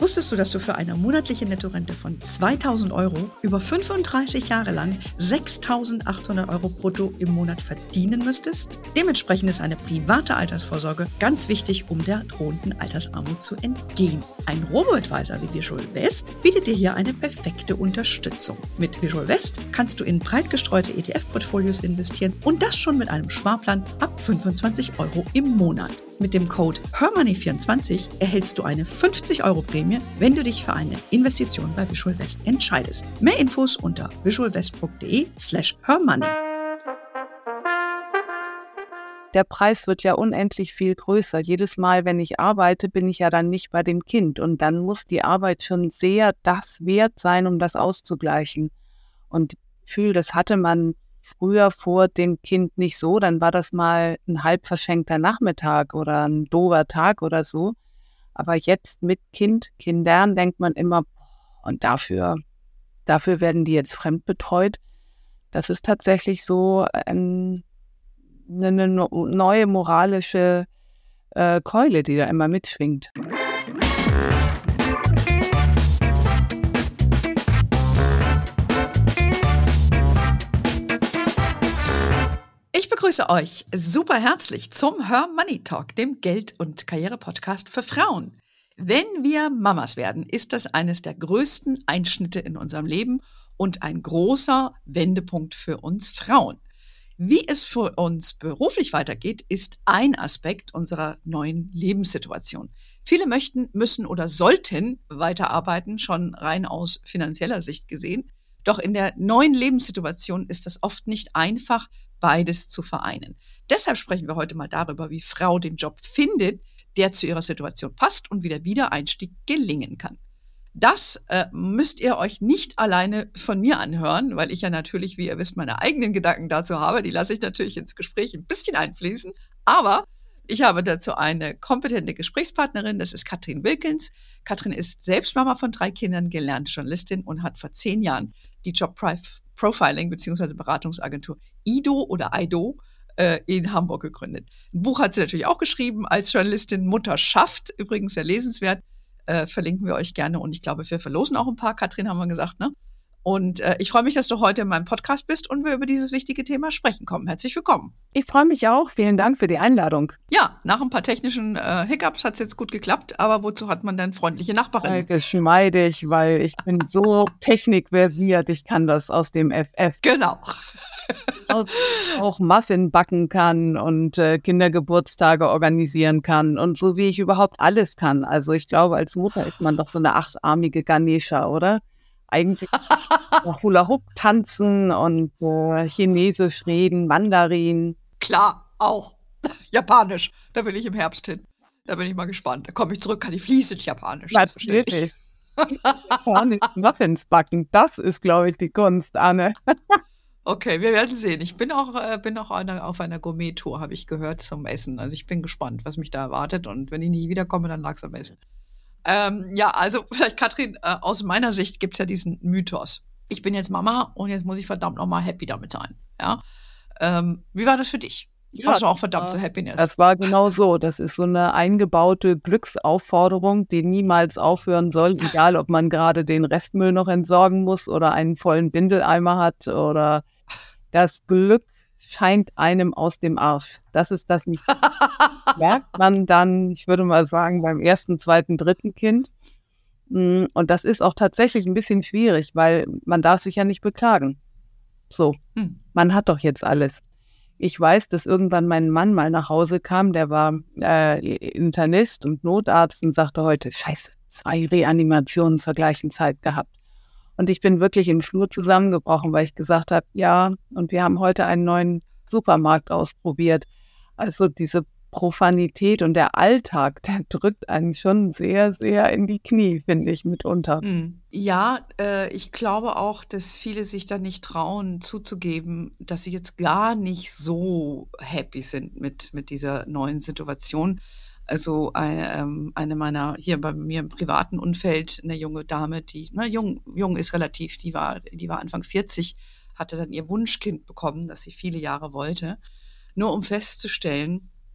Wusstest du, dass du für eine monatliche Nettorente von 2.000 Euro über 35 Jahre lang 6.800 Euro brutto im Monat verdienen müsstest? Dementsprechend ist eine private Altersvorsorge ganz wichtig, um der drohenden Altersarmut zu entgehen. Ein Robo-Advisor wie Visual West bietet dir hier eine perfekte Unterstützung. Mit Visual West kannst du in breit gestreute ETF-Portfolios investieren und das schon mit einem Sparplan ab 25 Euro im Monat. Mit dem Code HERMONEY24 erhältst du eine 50 Euro Prämie, wenn du dich für eine Investition bei Visual West entscheidest. Mehr Infos unter visualwest.de/hermoney. Der Preis wird ja unendlich viel größer. Jedes Mal, wenn ich arbeite, bin ich ja dann nicht bei dem Kind. Und dann muss die Arbeit schon sehr das wert sein, um das auszugleichen. Und das Gefühl, das hatte man früher vor dem Kind nicht so. Dann war das mal ein halb verschenkter Nachmittag oder ein doofer Tag oder so. Aber jetzt mit Kindern denkt man immer, und dafür werden die jetzt fremdbetreut. Das ist tatsächlich so eine neue moralische Keule, die da immer mitschwingt. Ich begrüße euch super herzlich zum Her Money Talk, dem Geld- und Karriere-Podcast für Frauen. Wenn wir Mamas werden, ist das eines der größten Einschnitte in unserem Leben und ein großer Wendepunkt für uns Frauen. Wie es für uns beruflich weitergeht, ist ein Aspekt unserer neuen Lebenssituation. Viele möchten, müssen oder sollten weiterarbeiten, schon rein aus finanzieller Sicht gesehen. Doch in der neuen Lebenssituation ist es oft nicht einfach, beides zu vereinen. Deshalb sprechen wir heute mal darüber, wie Frau den Job findet, der zu ihrer Situation passt und wie der Wiedereinstieg gelingen kann. Das müsst ihr euch nicht alleine von mir anhören, weil ich ja natürlich, wie ihr wisst, meine eigenen Gedanken dazu habe. Die lasse ich natürlich ins Gespräch ein bisschen einfließen. Aber ich habe dazu eine kompetente Gesprächspartnerin, das ist Katrin Wilkens. Katrin ist selbst Mama von 3 Kindern, gelernte Journalistin und hat vor 10 Jahren die Job Profiling bzw. Beratungsagentur IDO oder IDO in Hamburg gegründet. Ein Buch hat sie natürlich auch geschrieben als Journalistin, Mutterschaft, übrigens sehr lesenswert. Verlinken wir euch gerne und ich glaube, wir verlosen auch ein paar. Katrin, haben wir gesagt, ne? Und ich freue mich, dass du heute in meinem Podcast bist und wir über dieses wichtige Thema sprechen kommen. Herzlich willkommen. Ich freue mich auch. Vielen Dank für die Einladung. Ja, nach ein paar technischen Hiccups hat es jetzt gut geklappt, aber wozu hat man denn freundliche Nachbarinnen? Geschmeidig, weil ich bin so technikversiert, ich kann das aus dem FF. Genau. Auch Muffin backen kann und Kindergeburtstage organisieren kann und so wie ich überhaupt alles kann. Also ich glaube, als Mutter ist man doch so eine 8-armige Ganesha, oder? Eigentlich Hula Hoop tanzen und Chinesisch reden, Mandarin. Klar, auch. Japanisch, da will ich im Herbst hin. Da bin ich mal gespannt. Da komme ich zurück, kann ich fließend Japanisch. Natürlich. Japanisch Muffins backen, das ist, glaube ich, die Kunst, Anne. Okay, wir werden sehen. Ich bin auch auf einer Gourmet-Tour, habe ich gehört, zum Essen. Also ich bin gespannt, was mich da erwartet. Und wenn ich nie wiederkomme, dann lag es am Essen. Ja, also vielleicht, Katrin, aus meiner Sicht gibt es ja diesen Mythos. Ich bin jetzt Mama und jetzt muss ich verdammt nochmal happy damit sein. Ja? Wie war das für dich? Ja, Warst du auch verdammt zur Happiness? Das war genau so. Das ist so eine eingebaute Glücksaufforderung, die niemals aufhören soll, egal ob man gerade den Restmüll noch entsorgen muss oder einen vollen Windeleimer hat oder das Glück scheint einem aus dem Arsch. Das ist das nicht. Merkt man dann, ich würde mal sagen, beim 1., 2., 3. Kind. Und das ist auch tatsächlich ein bisschen schwierig, weil man darf sich ja nicht beklagen. So, man hat doch jetzt alles. Ich weiß, dass irgendwann mein Mann mal nach Hause kam, der war Internist und Notarzt und sagte heute, Scheiße, 2 Reanimationen zur gleichen Zeit gehabt. Und ich bin wirklich im Flur zusammengebrochen, weil ich gesagt habe, ja, und wir haben heute einen neuen Supermarkt ausprobiert. Also diese Profanität und der Alltag, der drückt einen schon sehr, sehr in die Knie, finde ich, mitunter. Ja, ich glaube auch, dass viele sich da nicht trauen, zuzugeben, dass sie jetzt gar nicht so happy sind mit dieser neuen Situation. Also eine meiner, hier bei mir im privaten Umfeld, eine junge Dame, die, jung ist relativ, die war Anfang 40, hatte dann ihr Wunschkind bekommen, das sie viele Jahre wollte, nur um festzustellen,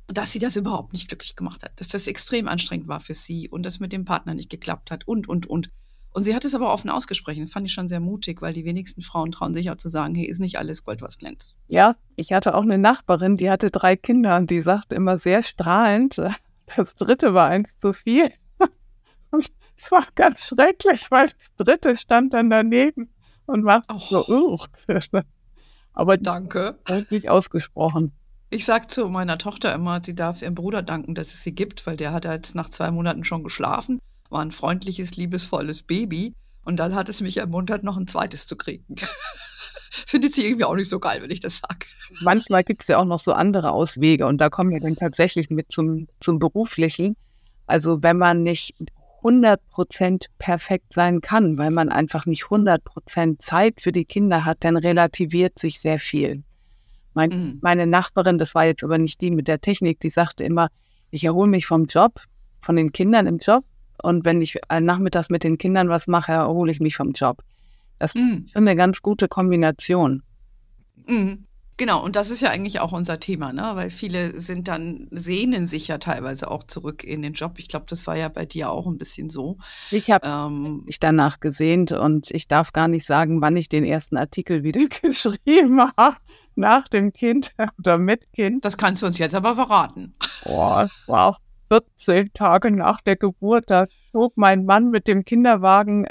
dass sie das überhaupt nicht glücklich gemacht hat, dass das extrem anstrengend war für sie und das mit dem Partner nicht geklappt hat und. Und sie hat es aber offen ausgesprochen. Das fand ich schon sehr mutig, weil die wenigsten Frauen trauen sich auch zu sagen, hey, ist nicht alles Gold, was glänzt. Ja, ich hatte auch eine Nachbarin, die hatte 3 Kinder und die sagte immer sehr strahlend, das 3. war eins zu viel. Und es war ganz schrecklich, weil das 3. stand dann daneben und macht so, aber danke. deutlich ausgesprochen. Ich sag zu meiner Tochter immer, sie darf ihrem Bruder danken, dass es sie gibt, weil der hat jetzt nach 2 Monaten schon geschlafen, war ein freundliches, liebesvolles Baby und dann hat es mich ermuntert, noch ein 2. zu kriegen. Findet sie irgendwie auch nicht so geil, wenn ich das sage. Manchmal gibt es ja auch noch so andere Auswege und da kommen wir dann tatsächlich mit zum Beruflichen. Also wenn man nicht 100% perfekt sein kann, weil man einfach nicht 100% Zeit für die Kinder hat, dann relativiert sich sehr viel. Meine Nachbarin, das war jetzt aber nicht die mit der Technik, die sagte immer, ich erhole mich vom Job, von den Kindern im Job und wenn ich nachmittags mit den Kindern was mache, erhole ich mich vom Job. Das ist schon eine ganz gute Kombination. Genau, und das ist ja eigentlich auch unser Thema, ne? Weil viele sehnen sich ja teilweise auch zurück in den Job. Ich glaube, das war ja bei dir auch ein bisschen so. Ich habe mich danach gesehnt und ich darf gar nicht sagen, wann ich den ersten Artikel wieder geschrieben habe, nach dem Kind oder mit Kind. Das kannst du uns jetzt aber verraten. Boah, es war auch 14 Tage nach der Geburt, da schob mein Mann mit dem Kinderwagen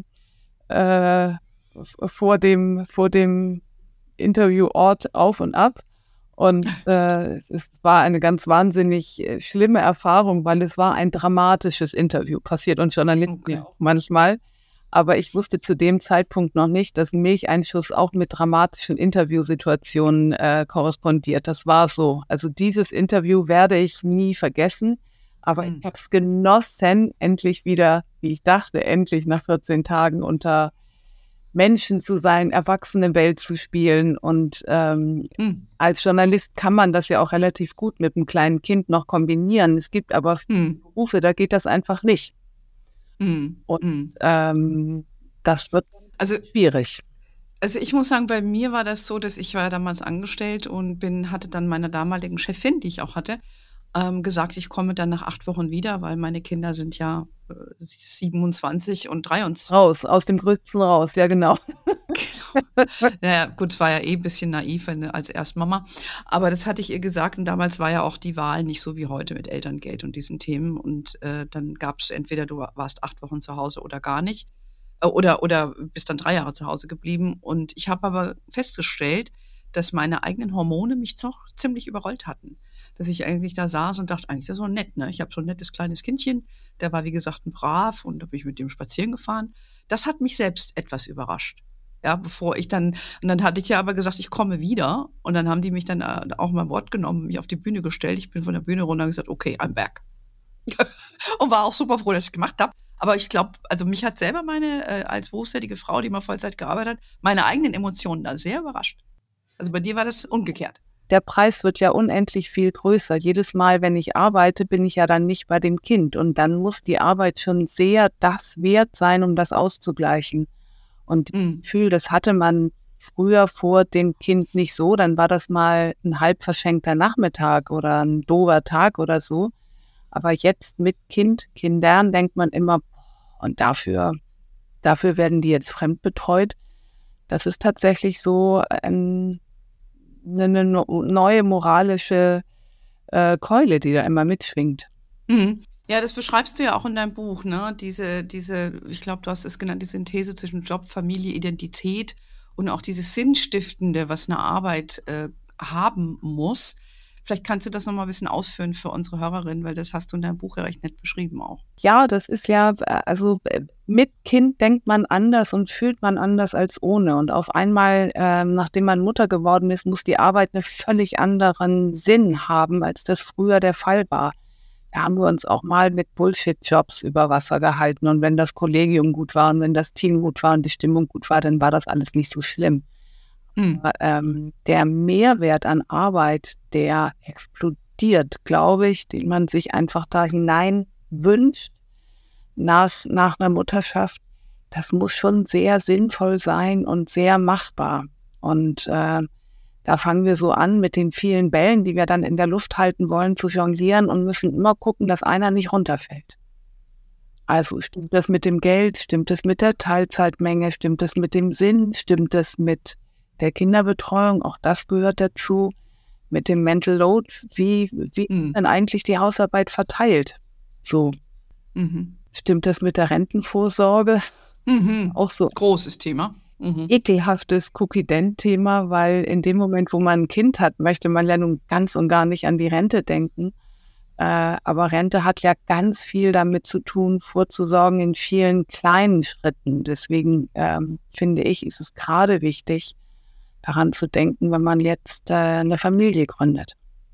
vor dem Interviewort auf und ab. Und es war eine ganz wahnsinnig schlimme Erfahrung, weil es war ein dramatisches Interview. Passiert uns Journalisten ja auch manchmal. Aber ich wusste zu dem Zeitpunkt noch nicht, dass ein Milcheinschuss auch mit dramatischen Interviewsituationen korrespondiert. Das war so. Also dieses Interview werde ich nie vergessen. Aber ich habe es genossen, endlich wieder, wie ich dachte, endlich nach 14 Tagen unter Menschen zu sein, Erwachsenenwelt zu spielen. Und als Journalist kann man das ja auch relativ gut mit einem kleinen Kind noch kombinieren. Es gibt aber Berufe, da geht das einfach nicht. Und das wird schwierig. Also ich muss sagen, bei mir war das so, dass ich war damals angestellt und hatte dann meiner damaligen Chefin, die ich auch hatte, gesagt, ich komme dann nach 8 Wochen wieder, weil meine Kinder sind ja 27 und 23. Aus dem Gröbsten raus, ja genau. Genau. Naja, gut, es war ja ein bisschen naiv als Erstmama, aber das hatte ich ihr gesagt und damals war ja auch die Wahl nicht so wie heute mit Elterngeld und diesen Themen und dann gab es entweder du warst 8 Wochen zu Hause oder gar nicht oder bist dann 3 Jahre zu Hause geblieben und ich habe aber festgestellt, dass meine eigenen Hormone mich doch ziemlich überrollt hatten. Dass ich eigentlich da saß und dachte, eigentlich das ist so nett, ne? Ich habe so ein nettes kleines Kindchen, der war wie gesagt ein brav und da bin ich mit dem spazieren gefahren. Das hat mich selbst etwas überrascht. Ja, und dann hatte ich ja aber gesagt, ich komme wieder und dann haben die mich dann auch mal Wort genommen, mich auf die Bühne gestellt. Ich bin von der Bühne runter und gesagt, okay, I'm back. Und war auch super froh, dass ich es gemacht habe. Aber ich glaube, also mich hat selber als berufstätige Frau, die mal Vollzeit gearbeitet hat, meine eigenen Emotionen da sehr überrascht. Also bei dir war das umgekehrt. Der Preis wird ja unendlich viel größer. Jedes Mal, wenn ich arbeite, bin ich ja dann nicht bei dem Kind. Und dann muss die Arbeit schon sehr das wert sein, um das auszugleichen. Und das Gefühl, das hatte man früher vor dem Kind nicht so. Dann war das mal ein halb verschenkter Nachmittag oder ein doofer Tag oder so. Aber jetzt mit Kindern denkt man immer, und dafür werden die jetzt fremdbetreut. Das ist tatsächlich so eine neue moralische Keule, die da immer mitschwingt. Ja, das beschreibst du ja auch in deinem Buch, ne? Diese, ich glaube, du hast es genannt, die Synthese zwischen Job, Familie, Identität und auch dieses Sinnstiftende, was eine Arbeit haben muss. Vielleicht kannst du das nochmal ein bisschen ausführen für unsere Hörerinnen, weil das hast du in deinem Buch ja recht nett beschrieben auch. Ja, das ist ja, also mit Kind denkt man anders und fühlt man anders als ohne. Und auf einmal, nachdem man Mutter geworden ist, muss die Arbeit einen völlig anderen Sinn haben, als das früher der Fall war. Da haben wir uns auch mal mit Bullshit-Jobs über Wasser gehalten. Und wenn das Kollegium gut war und wenn das Team gut war und die Stimmung gut war, dann war das alles nicht so schlimm. Der Mehrwert an Arbeit, der explodiert, glaube ich, den man sich einfach da hinein wünscht nach einer Mutterschaft, das muss schon sehr sinnvoll sein und sehr machbar. Und Da fangen wir so an, mit den vielen Bällen, die wir dann in der Luft halten wollen, zu jonglieren und müssen immer gucken, dass einer nicht runterfällt. Also stimmt das mit dem Geld, stimmt es mit der Teilzeitmenge, stimmt es mit dem Sinn, stimmt es mit der Kinderbetreuung, auch das gehört dazu, mit dem Mental Load, wie ist denn eigentlich die Hausarbeit verteilt? So, stimmt das mit der Rentenvorsorge? Auch so. Großes Thema. Ekelhaftes Cookie-Dent-Thema, weil in dem Moment, wo man ein Kind hat, möchte man ja nun ganz und gar nicht an die Rente denken. Aber Rente hat ja ganz viel damit zu tun, vorzusorgen in vielen kleinen Schritten. Deswegen finde ich, ist es gerade wichtig, daran zu denken, wenn man jetzt eine Familie gründet.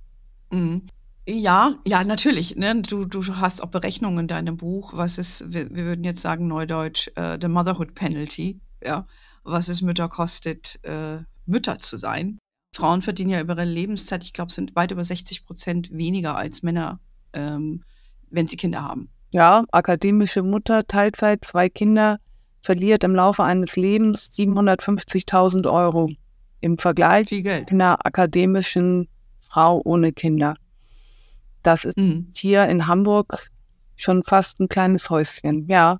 Ja, natürlich. Ne? Du hast auch Berechnungen in deinem Buch. Was ist, wir würden jetzt sagen neudeutsch, the Motherhood Penalty. Ja, was es Mütter kostet, Mütter zu sein. Frauen verdienen ja über ihre Lebenszeit, ich glaube, sind weit über 60% weniger als Männer, wenn sie Kinder haben. Ja, akademische Mutter, Teilzeit, 2 Kinder, verliert im Laufe eines Lebens 750.000 Euro im Vergleich Viel Geld. zu einer akademischen Frau ohne Kinder. Das ist hier in Hamburg schon fast ein kleines Häuschen, ja.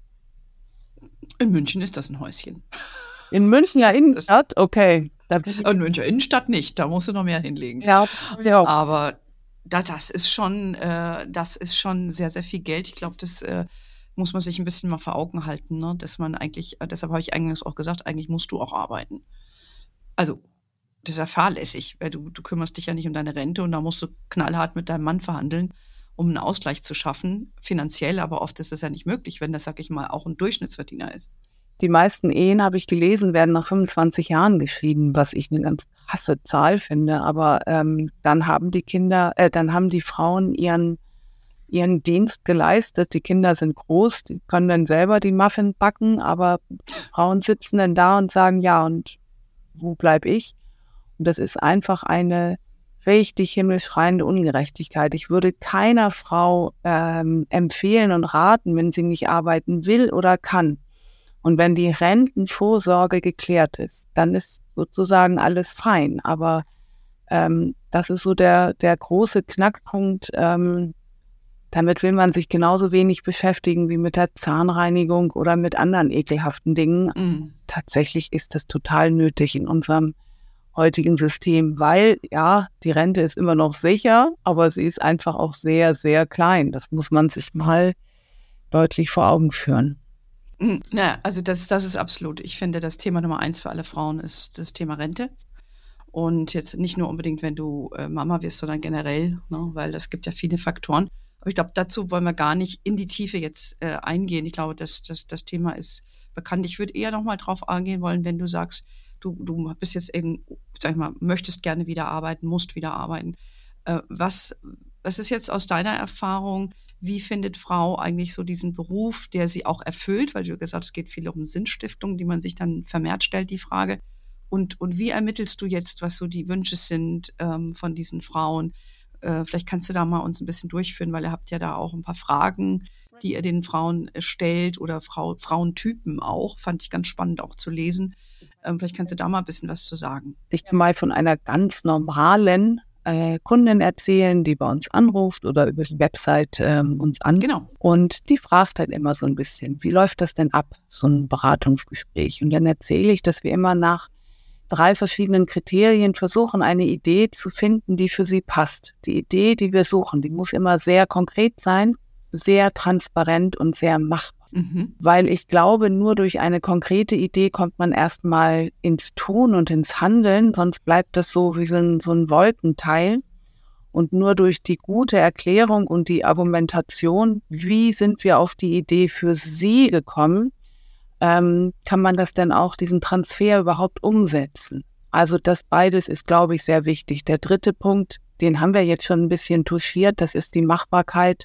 In München ist das ein Häuschen. In München ja Innenstadt, okay. In München Innenstadt nicht, da musst du noch mehr hinlegen. Ja. Aber das ist schon sehr, sehr viel Geld. Ich glaube, das muss man sich ein bisschen mal vor Augen halten, ne? Dass man eigentlich, deshalb habe ich eingangs auch gesagt, eigentlich musst du auch arbeiten. Also, das ist ja fahrlässig, weil du kümmerst dich ja nicht um deine Rente und da musst du knallhart mit deinem Mann verhandeln, um einen Ausgleich zu schaffen, finanziell, aber oft ist das ja nicht möglich, wenn das, sag ich mal, auch ein Durchschnittsverdiener ist. Die meisten Ehen, habe ich gelesen, werden nach 25 Jahren geschieden, was ich eine ganz krasse Zahl finde. Aber dann haben die Frauen ihren Dienst geleistet. Die Kinder sind groß, die können dann selber die Muffin backen, aber Frauen sitzen dann da und sagen, ja, und wo bleib ich? Und das ist einfach eine richtig himmelschreiende Ungerechtigkeit. Ich würde keiner Frau empfehlen und raten, wenn sie nicht arbeiten will oder kann. Und wenn die Rentenvorsorge geklärt ist, dann ist sozusagen alles fein. Aber das ist so der große Knackpunkt. Damit will man sich genauso wenig beschäftigen wie mit der Zahnreinigung oder mit anderen ekelhaften Dingen. Tatsächlich ist das total nötig in unserem heutigen System, weil ja, die Rente ist immer noch sicher, aber sie ist einfach auch sehr, sehr klein. Das muss man sich mal deutlich vor Augen führen. Ja, also das ist absolut. Ich finde, das Thema Nummer 1 für alle Frauen ist das Thema Rente. Und jetzt nicht nur unbedingt, wenn du Mama wirst, sondern generell, ne, weil es gibt ja viele Faktoren. Aber ich glaube, dazu wollen wir gar nicht in die Tiefe jetzt eingehen. Ich glaube, das Thema ist bekannt. Ich würde eher nochmal drauf eingehen wollen, wenn du sagst, du bist jetzt eben, sag ich mal, möchtest gerne wieder arbeiten, musst wieder arbeiten. Was ist jetzt aus deiner Erfahrung, wie findet Frau eigentlich so diesen Beruf, der sie auch erfüllt? Weil du gesagt hast, es geht viel um Sinnstiftung, die man sich dann vermehrt stellt, die Frage. Und wie ermittelst du jetzt, was so die Wünsche sind von diesen Frauen? Vielleicht kannst du da mal uns ein bisschen durchführen, weil ihr habt ja da auch ein paar Fragen, die ihr den Frauen stellt oder Frauentypen auch. Fand ich ganz spannend auch zu lesen. Vielleicht kannst du da mal ein bisschen was zu sagen. Ich kann mal von einer ganz normalen Kundin erzählen, die bei uns anruft oder über die Website uns an. Genau. Und die fragt halt immer so ein bisschen, wie läuft das denn ab, so ein Beratungsgespräch? Und dann erzähle ich, dass wir immer nach 3 verschiedenen Kriterien versuchen, eine Idee zu finden, die für sie passt. Die Idee, die wir suchen, die muss immer sehr konkret sein, sehr transparent und sehr machbar. Weil ich glaube, nur durch eine konkrete Idee kommt man erstmal ins Tun und ins Handeln, sonst bleibt das so wie so ein Wolkenteil. Und nur durch die gute Erklärung und die Argumentation, wie sind wir auf die Idee für sie gekommen, kann man das dann auch, diesen Transfer überhaupt umsetzen. Also das beides ist, glaube ich, sehr wichtig. Der 3. Punkt, den haben wir jetzt schon ein bisschen touchiert, das ist die Machbarkeit,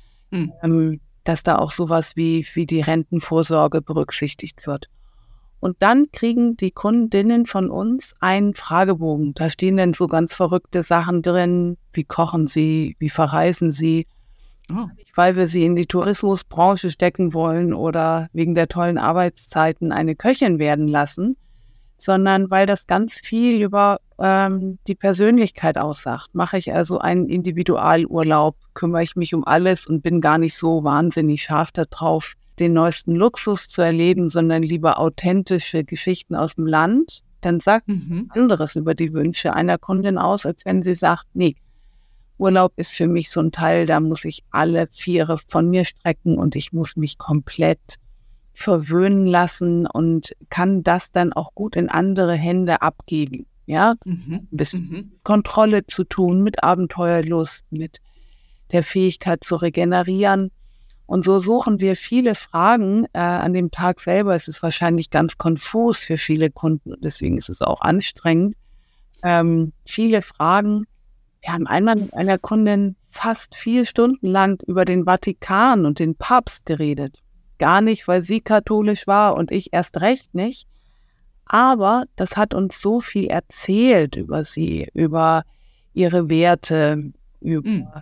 dass da auch sowas wie die Rentenvorsorge berücksichtigt wird. Und dann kriegen die Kundinnen von uns einen Fragebogen. Da stehen dann so ganz verrückte Sachen drin, wie kochen sie, wie verreisen sie, weil wir sie in die Tourismusbranche stecken wollen oder wegen der tollen Arbeitszeiten eine Köchin werden lassen, sondern weil das ganz viel über die Persönlichkeit aussagt. Mache ich also einen Individualurlaub, kümmere ich mich um alles und bin gar nicht so wahnsinnig scharf darauf, den neuesten Luxus zu erleben, sondern lieber authentische Geschichten aus dem Land, dann sagt anderes über die Wünsche einer Kundin aus, als wenn sie sagt, nee, Urlaub ist für mich so ein Teil, da muss ich alle Viere von mir strecken und ich muss mich komplett verwöhnen lassen und kann das dann auch gut in andere Hände abgeben. Ja, ein bisschen Kontrolle zu tun, mit Abenteuerlust, mit der Fähigkeit zu regenerieren. Und so suchen wir viele Fragen an dem Tag selber. Es ist wahrscheinlich ganz konfus für viele Kunden und deswegen ist es auch anstrengend. Viele Fragen. Wir haben einmal mit einer Kundin fast 4 Stunden lang über den Vatikan und den Papst geredet. Gar nicht, weil sie katholisch war und ich erst recht nicht. Aber das hat uns so viel erzählt über sie, über ihre Werte, über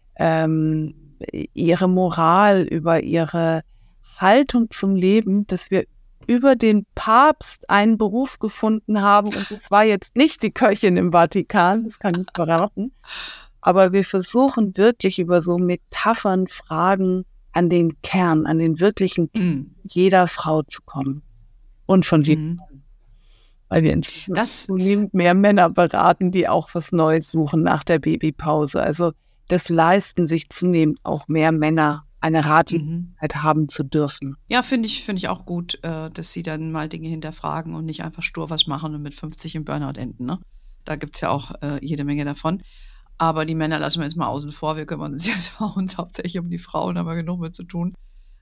ihre Moral, über ihre Haltung zum Leben, dass wir über den Papst einen Beruf gefunden haben. Und es war jetzt nicht die Köchin im Vatikan, das kann ich verraten. Aber wir versuchen wirklich über so Metaphern, Fragen an den Kern, an den wirklichen jeder Frau zu kommen. Und von jedem weil wir zunehmend mehr Männer beraten, die auch was Neues suchen nach der Babypause. Also das leisten sich zunehmend auch mehr Männer, eine Ratlosigkeit haben zu dürfen. Ja, finde ich auch gut, dass sie dann mal Dinge hinterfragen und nicht einfach stur was machen und mit 50 im Burnout enden. Ne? Da gibt es ja auch jede Menge davon. Aber die Männer lassen wir jetzt mal außen vor. Wir kümmern uns jetzt bei uns hauptsächlich um die Frauen, haben wir genug mit zu tun.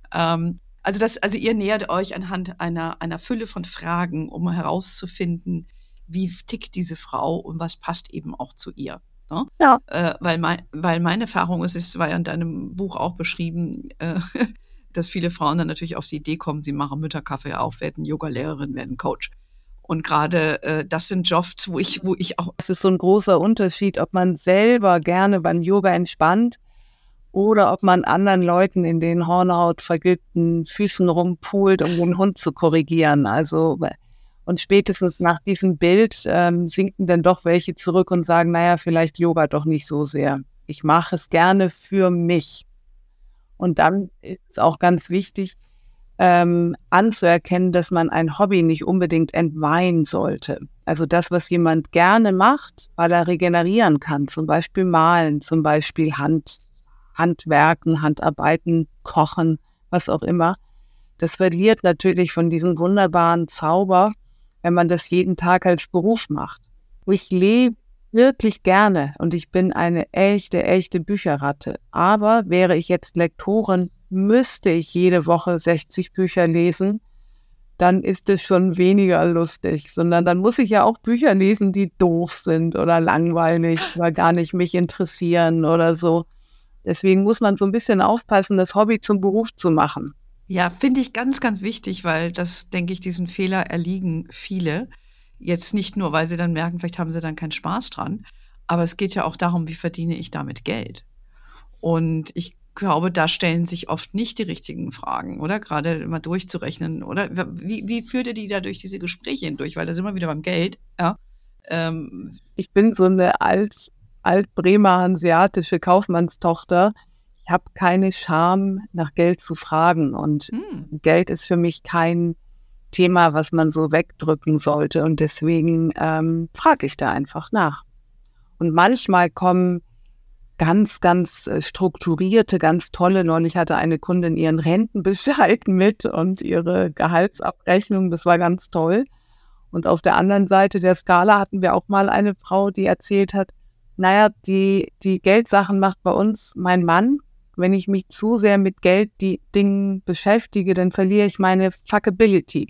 Also ihr nähert euch anhand einer Fülle von Fragen, um herauszufinden, wie tickt diese Frau und was passt eben auch zu ihr. Ne? Ja. Weil meine Erfahrung ist, es war ja in deinem Buch auch beschrieben, dass viele Frauen dann natürlich auf die Idee kommen, sie machen Mütterkaffee auf, werden Yoga-Lehrerin, werden Coach. Und gerade das sind Jobs, wo ich auch... Es ist so ein großer Unterschied, ob man selber gerne beim Yoga entspannt oder ob man anderen Leuten in den hornhautvergilbten Füßen rumpult, um den Hund zu korrigieren. Also, und spätestens nach diesem Bild sinken dann doch welche zurück und sagen, naja, vielleicht Yoga doch nicht so sehr. Ich mache es gerne für mich. Und dann ist es auch ganz wichtig, anzuerkennen, dass man ein Hobby nicht unbedingt entweihen sollte. Also das, was jemand gerne macht, weil er regenerieren kann, zum Beispiel malen, zum Beispiel Handwerken, Handarbeiten, Kochen, was auch immer, das verliert natürlich von diesem wunderbaren Zauber, wenn man das jeden Tag als Beruf macht. Ich lese wirklich gerne und ich bin eine echte Bücherratte. Aber wäre ich jetzt Lektorin, müsste ich jede Woche 60 Bücher lesen, dann ist es schon weniger lustig, sondern dann muss ich ja auch Bücher lesen, die doof sind oder langweilig oder gar nicht mich interessieren oder so. Deswegen muss man so ein bisschen aufpassen, das Hobby zum Beruf zu machen. Ja, finde ich ganz, ganz wichtig, weil das, denke ich, diesen Fehler erliegen viele. Jetzt nicht nur, weil sie dann merken, vielleicht haben sie dann keinen Spaß dran, aber es geht ja auch darum, wie verdiene ich damit Geld? Und ich glaube, da stellen sich oft nicht die richtigen Fragen, oder? Gerade immer durchzurechnen, oder? Wie führt ihr die da durch diese Gespräche hindurch? Weil da sind wir wieder beim Geld, ja. Ich bin so eine Alt-Bremer hanseatische Kaufmannstochter. Ich habe keine Scham, nach Geld zu fragen. Und Geld ist für mich kein Thema, was man so wegdrücken sollte. Und deswegen frage ich da einfach nach. Und manchmal kommen ganz strukturierte, ganz tolle. Neulich hatte eine Kundin ihren Rentenbescheid mit und ihre Gehaltsabrechnung. Das war ganz toll. Und auf der anderen Seite der Skala hatten wir auch mal eine Frau, die erzählt hat, naja, die Geldsachen macht bei uns mein Mann. Wenn ich mich zu sehr mit Gelddingen beschäftige, dann verliere ich meine Fuckability.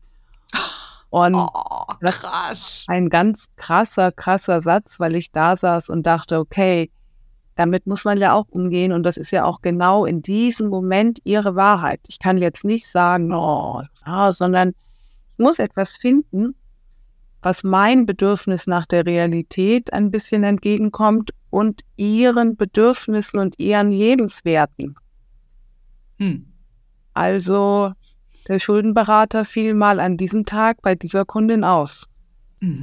Und krass. Das ist ein ganz krasser Satz, weil ich da saß und dachte, okay, damit muss man ja auch umgehen und das ist ja auch genau in diesem Moment ihre Wahrheit. Ich kann jetzt nicht sagen, sondern ich muss etwas finden, was mein Bedürfnis nach der Realität ein bisschen entgegenkommt und ihren Bedürfnissen und ihren Lebenswerten. Also der Schuldenberater fiel mal an diesem Tag bei dieser Kundin aus.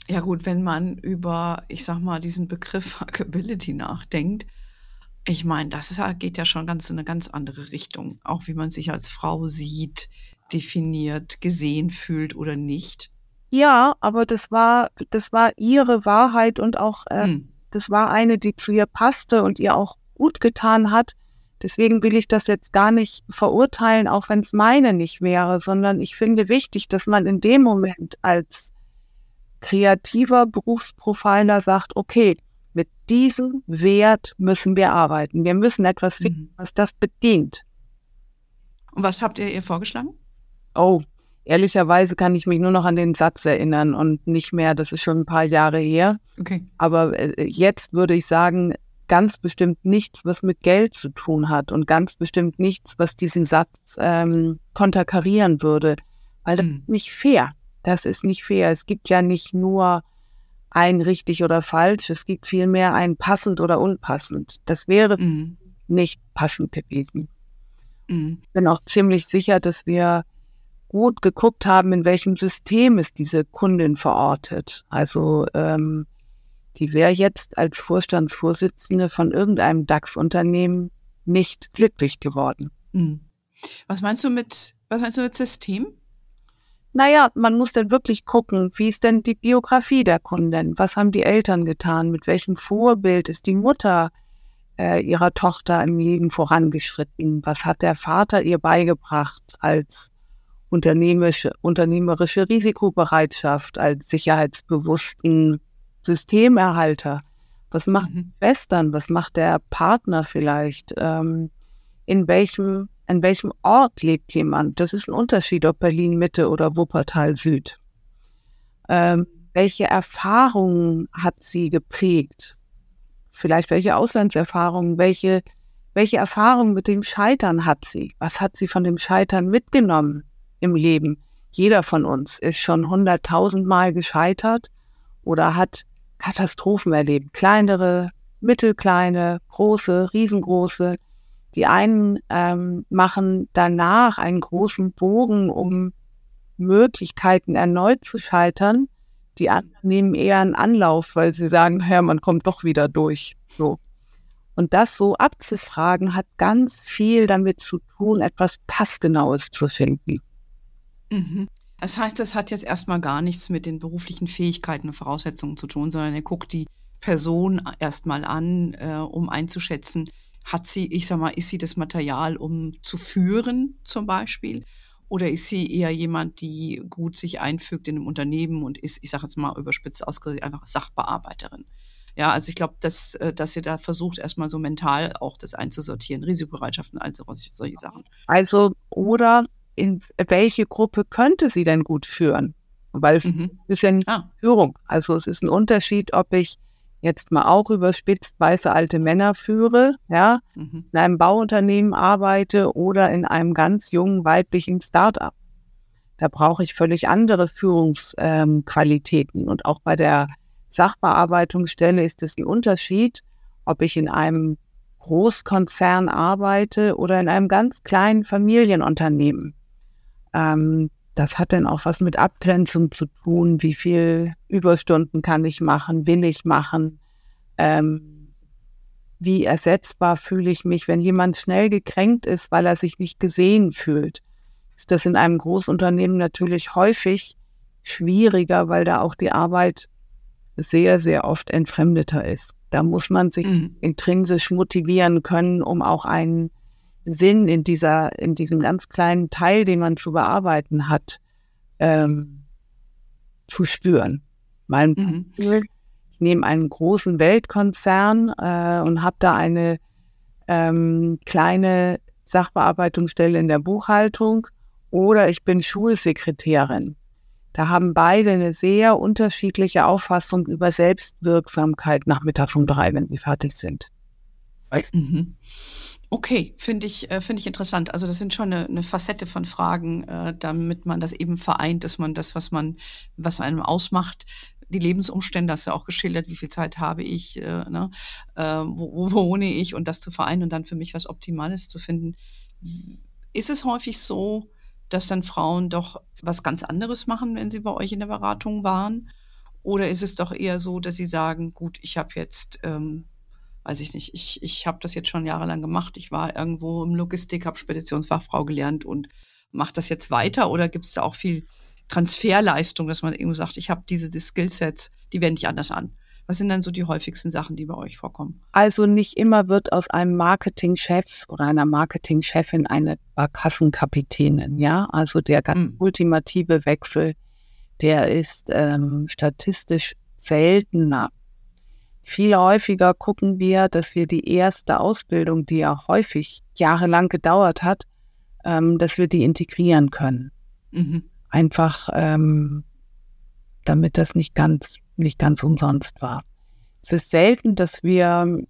Ja gut, wenn man über, ich sag mal, diesen Begriff Fuckability nachdenkt, ich meine, geht ja schon ganz in eine ganz andere Richtung. Auch wie man sich als Frau sieht, definiert, gesehen fühlt oder nicht. Ja, aber das war ihre Wahrheit und auch, Hm. das war eine, die zu ihr passte und ihr auch gut getan hat. Deswegen will ich das jetzt gar nicht verurteilen, auch wenn es meine nicht wäre, sondern ich finde wichtig, dass man in dem Moment als kreativer Berufsprofiler sagt, okay, mit diesem Wert müssen wir arbeiten. Wir müssen etwas finden, Mhm. was das bedient. Und was habt ihr vorgeschlagen? Oh, ehrlicherweise kann ich mich nur noch an den Satz erinnern und nicht mehr, das ist schon ein paar Jahre her. Okay. Aber jetzt würde ich sagen, ganz bestimmt nichts, was mit Geld zu tun hat und ganz bestimmt nichts, was diesen Satz konterkarieren würde, weil das ist nicht fair. Das ist nicht fair. Es gibt ja nicht nur ein richtig oder falsch, es gibt vielmehr ein passend oder unpassend. Das wäre nicht passend gewesen. Ich bin auch ziemlich sicher, dass wir gut geguckt haben, in welchem System ist diese Kundin verortet. Also die wäre jetzt als Vorstandsvorsitzende von irgendeinem DAX-Unternehmen nicht glücklich geworden. Was meinst du mit System? Naja, man muss dann wirklich gucken, wie ist denn die Biografie der Kundin? Was haben die Eltern getan? Mit welchem Vorbild ist die Mutter ihrer Tochter im Leben vorangeschritten? Was hat der Vater ihr beigebracht als unternehmerische Risikobereitschaft, als sicherheitsbewussten Systemerhalter? Was macht Schwestern? Was macht der Partner vielleicht? In welchem Ort lebt jemand? Das ist ein Unterschied, ob Berlin Mitte oder Wuppertal Süd. Welche Erfahrungen hat sie geprägt? Vielleicht welche Auslandserfahrungen, welche Erfahrungen mit dem Scheitern hat sie? Was hat sie von dem Scheitern mitgenommen im Leben? Jeder von uns ist schon 100.000 Mal gescheitert oder hat Katastrophen erlebt. Kleinere, mittelkleine, große, riesengroße. Die einen machen danach einen großen Bogen, um Möglichkeiten erneut zu scheitern. Die anderen nehmen eher einen Anlauf, weil sie sagen, ja, man kommt doch wieder durch. So. Und das so abzufragen, hat ganz viel damit zu tun, etwas Passgenaues zu finden. Das heißt, das hat jetzt erstmal gar nichts mit den beruflichen Fähigkeiten und Voraussetzungen zu tun, sondern er guckt die Person erstmal an, um einzuschätzen, ist sie das Material, um zu führen zum Beispiel? Oder ist sie eher jemand, die gut sich einfügt in einem Unternehmen und ist, ich sage jetzt mal überspitzt ausgedrückt, einfach Sachbearbeiterin? Ja, also ich glaube, dass ihr da versucht, erstmal so mental auch das einzusortieren, Risikobereitschaften, also solche Sachen. Also, oder in welche Gruppe könnte sie denn gut führen? Weil es ist ja Führung. Also es ist ein Unterschied, ob ich jetzt mal auch überspitzt weiße alte Männer führe, ja, in einem Bauunternehmen arbeite oder in einem ganz jungen weiblichen Start-up. Da brauche ich völlig andere Führungsqualitäten. Und auch bei der Sachbearbeitungsstelle ist es ein Unterschied, ob ich in einem Großkonzern arbeite oder in einem ganz kleinen Familienunternehmen. Das hat dann auch was mit Abgrenzung zu tun. Wie viel Überstunden kann ich machen, will ich machen? Wie ersetzbar fühle ich mich, wenn jemand schnell gekränkt ist, weil er sich nicht gesehen fühlt? Ist das in einem Großunternehmen natürlich häufig schwieriger, weil da auch die Arbeit sehr, sehr oft entfremdeter ist. Da muss man sich intrinsisch motivieren können, um auch einen Sinn in diesem ganz kleinen Teil, den man zu bearbeiten hat, zu spüren. Ich nehme einen großen Weltkonzern und habe da eine kleine Sachbearbeitungsstelle in der Buchhaltung oder ich bin Schulsekretärin. Da haben beide eine sehr unterschiedliche Auffassung über Selbstwirksamkeit nachmittags um 3, wenn sie fertig sind. Okay, finde ich interessant. Also das sind schon eine Facette von Fragen, damit man das eben vereint, dass man das, was einem ausmacht, die Lebensumstände, hast du ja auch geschildert, wie viel Zeit habe ich, wo wohne ich und das zu vereinen und dann für mich was Optimales zu finden. Ist es häufig so, dass dann Frauen doch was ganz anderes machen, wenn sie bei euch in der Beratung waren? Oder ist es doch eher so, dass Sie sagen, gut, ich habe jetzt, weiß ich nicht, ich habe das jetzt schon jahrelang gemacht. Ich war irgendwo im Logistik, habe Speditionsfachfrau gelernt und mache das jetzt weiter? Oder gibt es da auch viel Transferleistung, dass man eben sagt, ich habe die Skillsets, die wende ich anders an? Was sind dann so die häufigsten Sachen, die bei euch vorkommen? Also nicht immer wird aus einem Marketingchef oder einer Marketingchefin eine Barkassenkapitänin, ja. Also der ganz ultimative Wechsel, der ist statistisch seltener. Viel häufiger gucken wir, dass wir die erste Ausbildung, die ja häufig jahrelang gedauert hat, dass wir die integrieren können. Einfach, damit das nicht ganz umsonst war. Es ist selten, dass wir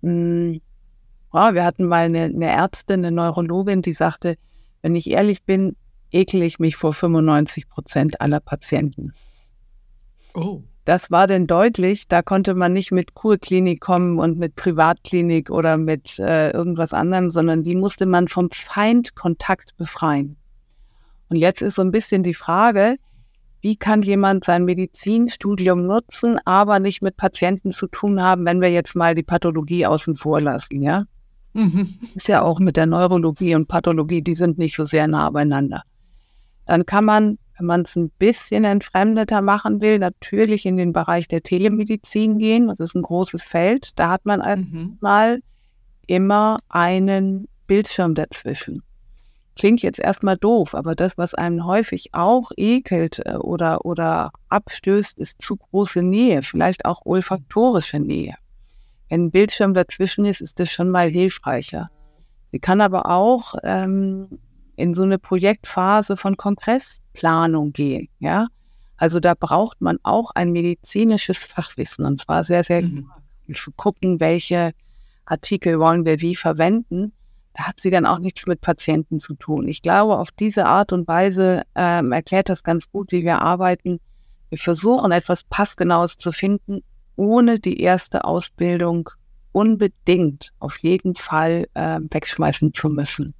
hatten mal eine Ärztin, eine Neurologin, die sagte, wenn ich ehrlich bin, ekel ich mich vor 95% aller Patienten. Oh. Das war denn deutlich, da konnte man nicht mit Kurklinik kommen und mit Privatklinik oder mit irgendwas anderem, sondern die musste man vom Feindkontakt befreien. Und jetzt ist so ein bisschen die Frage, wie kann jemand sein Medizinstudium nutzen, aber nicht mit Patienten zu tun haben, wenn wir jetzt mal die Pathologie außen vor lassen, ja? Ist ja auch mit der Neurologie und Pathologie, die sind nicht so sehr nah beieinander. Dann kann man, wenn man es ein bisschen entfremdeter machen will, natürlich in den Bereich der Telemedizin gehen. Das ist ein großes Feld. Da hat man erstmal immer einen Bildschirm dazwischen. Klingt jetzt erstmal doof, aber das, was einem häufig auch ekelt oder abstößt, ist zu große Nähe, vielleicht auch olfaktorische Nähe. Wenn ein Bildschirm dazwischen ist, ist das schon mal hilfreicher. Sie kann aber auch in so eine Projektphase von Kongressplanung gehen, ja. Also da braucht man auch ein medizinisches Fachwissen, und zwar sehr, sehr zu gucken, welche Artikel wollen wir wie verwenden. Da hat sie dann auch nichts mit Patienten zu tun. Ich glaube, auf diese Art und Weise erklärt das ganz gut, wie wir arbeiten. Wir versuchen, etwas Passgenaues zu finden, ohne die erste Ausbildung unbedingt auf jeden Fall wegschmeißen zu müssen.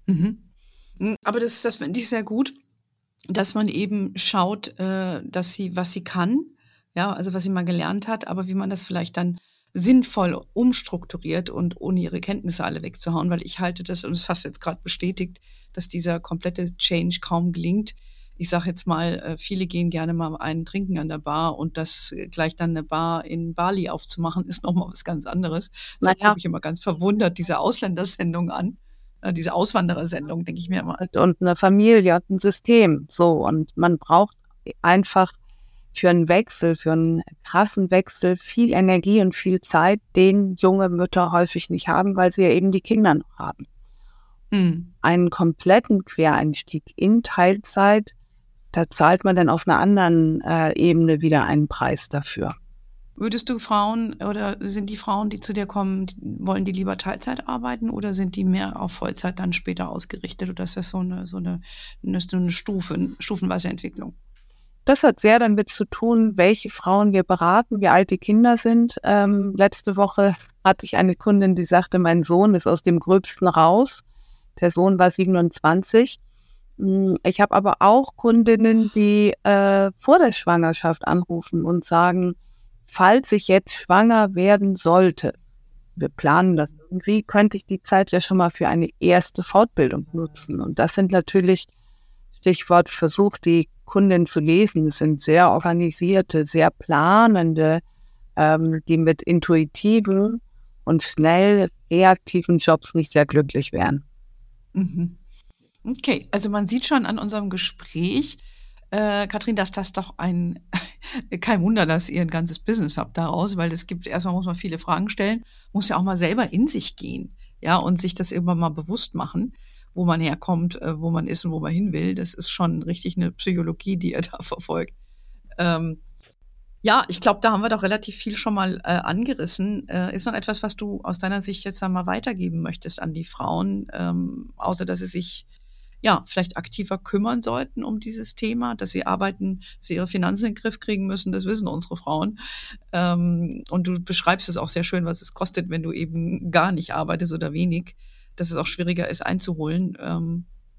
Aber das finde ich sehr gut, dass man eben schaut, was sie kann, ja, also was sie mal gelernt hat, aber wie man das vielleicht dann sinnvoll umstrukturiert und ohne ihre Kenntnisse alle wegzuhauen, weil ich halte das, und das hast du jetzt gerade bestätigt, dass dieser komplette Change kaum gelingt. Ich sage jetzt mal, viele gehen gerne mal einen trinken an der Bar, und das gleich dann eine Bar in Bali aufzumachen, ist nochmal was ganz anderes. So gucke ich immer ganz verwundert diese Ausländersendung an, diese Auswanderersendung, denke ich mir immer. Und eine Familie und ein System, so. Und man braucht einfach für einen Wechsel, für einen krassen Wechsel viel Energie und viel Zeit, den junge Mütter häufig nicht haben, weil sie ja eben die Kinder noch haben. Einen kompletten Quereinstieg in Teilzeit, da zahlt man dann auf einer anderen Ebene wieder einen Preis dafür. Würdest du Frauen, oder sind die Frauen, die zu dir kommen, wollen die lieber Teilzeit arbeiten oder sind die mehr auf Vollzeit dann später ausgerichtet, oder ist das so eine stufenweise Entwicklung? Das hat sehr damit zu tun, welche Frauen wir beraten, wie alt die Kinder sind. Letzte Woche hatte ich eine Kundin, die sagte, mein Sohn ist aus dem Gröbsten raus. Der Sohn war 27. Ich habe aber auch Kundinnen, die vor der Schwangerschaft anrufen und sagen, falls ich jetzt schwanger werden sollte, wir planen das irgendwie, könnte ich die Zeit ja schon mal für eine erste Fortbildung nutzen. Und das sind natürlich, Stichwort Versuch, die Kunden zu lesen. Es sind sehr organisierte, sehr planende, die mit intuitiven und schnell reaktiven Jobs nicht sehr glücklich wären. Okay, also man sieht schon an unserem Gespräch, Katrin, dass das doch kein Wunder, dass ihr ein ganzes Business habt daraus, weil erstmal muss man viele Fragen stellen, muss ja auch mal selber in sich gehen, ja, und sich das irgendwann mal bewusst machen, wo man herkommt, wo man ist und wo man hin will. Das ist schon richtig eine Psychologie, die ihr da verfolgt. Ja, ich glaube, da haben wir doch relativ viel schon mal angerissen. Ist noch etwas, was du aus deiner Sicht jetzt einmal weitergeben möchtest an die Frauen, außer dass sie sich vielleicht aktiver kümmern sollten um dieses Thema, dass sie arbeiten, dass sie ihre Finanzen in den Griff kriegen müssen, das wissen unsere Frauen. Und du beschreibst es auch sehr schön, was es kostet, wenn du eben gar nicht arbeitest oder wenig, dass es auch schwieriger ist einzuholen.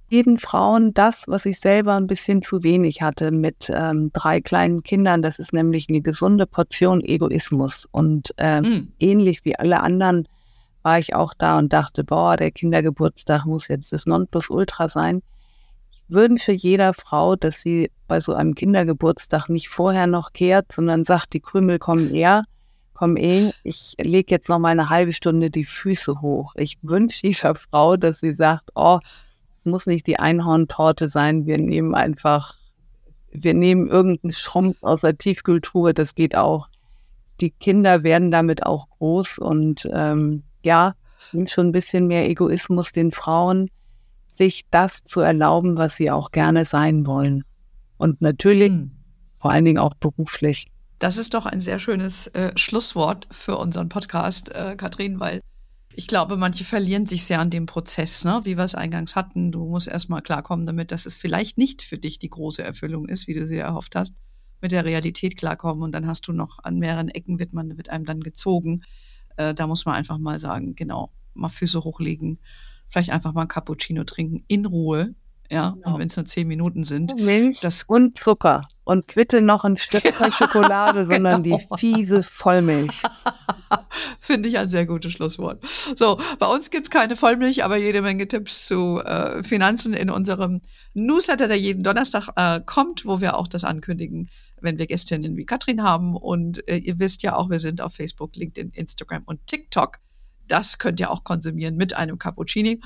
Geben Frauen das, was ich selber ein bisschen zu wenig hatte mit 3 kleinen Kindern. Das ist nämlich eine gesunde Portion Egoismus. Und ähnlich wie alle anderen war ich auch da und dachte, boah, der Kindergeburtstag muss jetzt das Nonplusultra sein. Ich wünsche jeder Frau, dass sie bei so einem Kindergeburtstag nicht vorher noch kehrt, sondern sagt, die Krümel kommen ich lege jetzt noch mal eine halbe Stunde die Füße hoch. Ich wünsche jeder Frau, dass sie sagt, oh, muss nicht die Einhorntorte sein, wir nehmen irgendeinen Schrumpf aus der Tiefkühltruhe, das geht auch. Die Kinder werden damit auch groß und sind schon ein bisschen mehr Egoismus den Frauen, sich das zu erlauben, was sie auch gerne sein wollen. Und natürlich vor allen Dingen auch beruflich. Das ist doch ein sehr schönes Schlusswort für unseren Podcast, Katrin, weil ich glaube, manche verlieren sich sehr an dem Prozess, ne? Wie wir es eingangs hatten. Du musst erstmal klarkommen damit, dass es vielleicht nicht für dich die große Erfüllung ist, wie du sie erhofft hast, mit der Realität klarkommen. Und dann hast du noch an mehreren Ecken wird einem dann gezogen. Da muss man einfach mal sagen, genau, mal Füße hochlegen, vielleicht einfach mal ein Cappuccino trinken, in Ruhe. Ja, genau. Und wenn es nur 10 Minuten sind. Milch und Zucker. Und bitte noch ein Stück Schokolade, sondern die fiese Vollmilch. Finde ich ein sehr gutes Schlusswort. So, bei uns gibt's keine Vollmilch, aber jede Menge Tipps zu Finanzen in unserem Newsletter, der jeden Donnerstag kommt, wo wir auch das ankündigen, wenn wir Gästinnen wie Katrin haben. Und ihr wisst ja auch, wir sind auf Facebook, LinkedIn, Instagram und TikTok. Das könnt ihr auch konsumieren mit einem Cappuccino.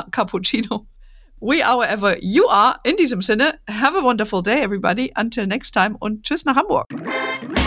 We are wherever you are. In diesem Sinne, have a wonderful day, everybody. Until next time und tschüss nach Hamburg.